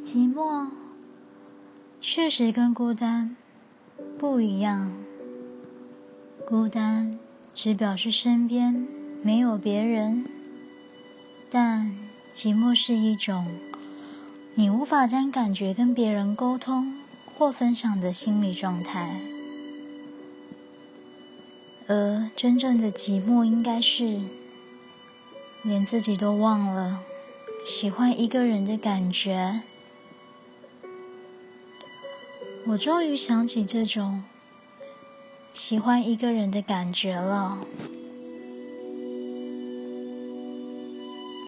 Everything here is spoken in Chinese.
寂寞确实跟孤单不一样，孤单只表示身边没有别人，但寂寞是一种你无法将感觉跟别人沟通或分享的心理状态。而真正的寂寞应该是连自己都忘了喜欢一个人的感觉。我终于想起这种喜欢一个人的感觉了。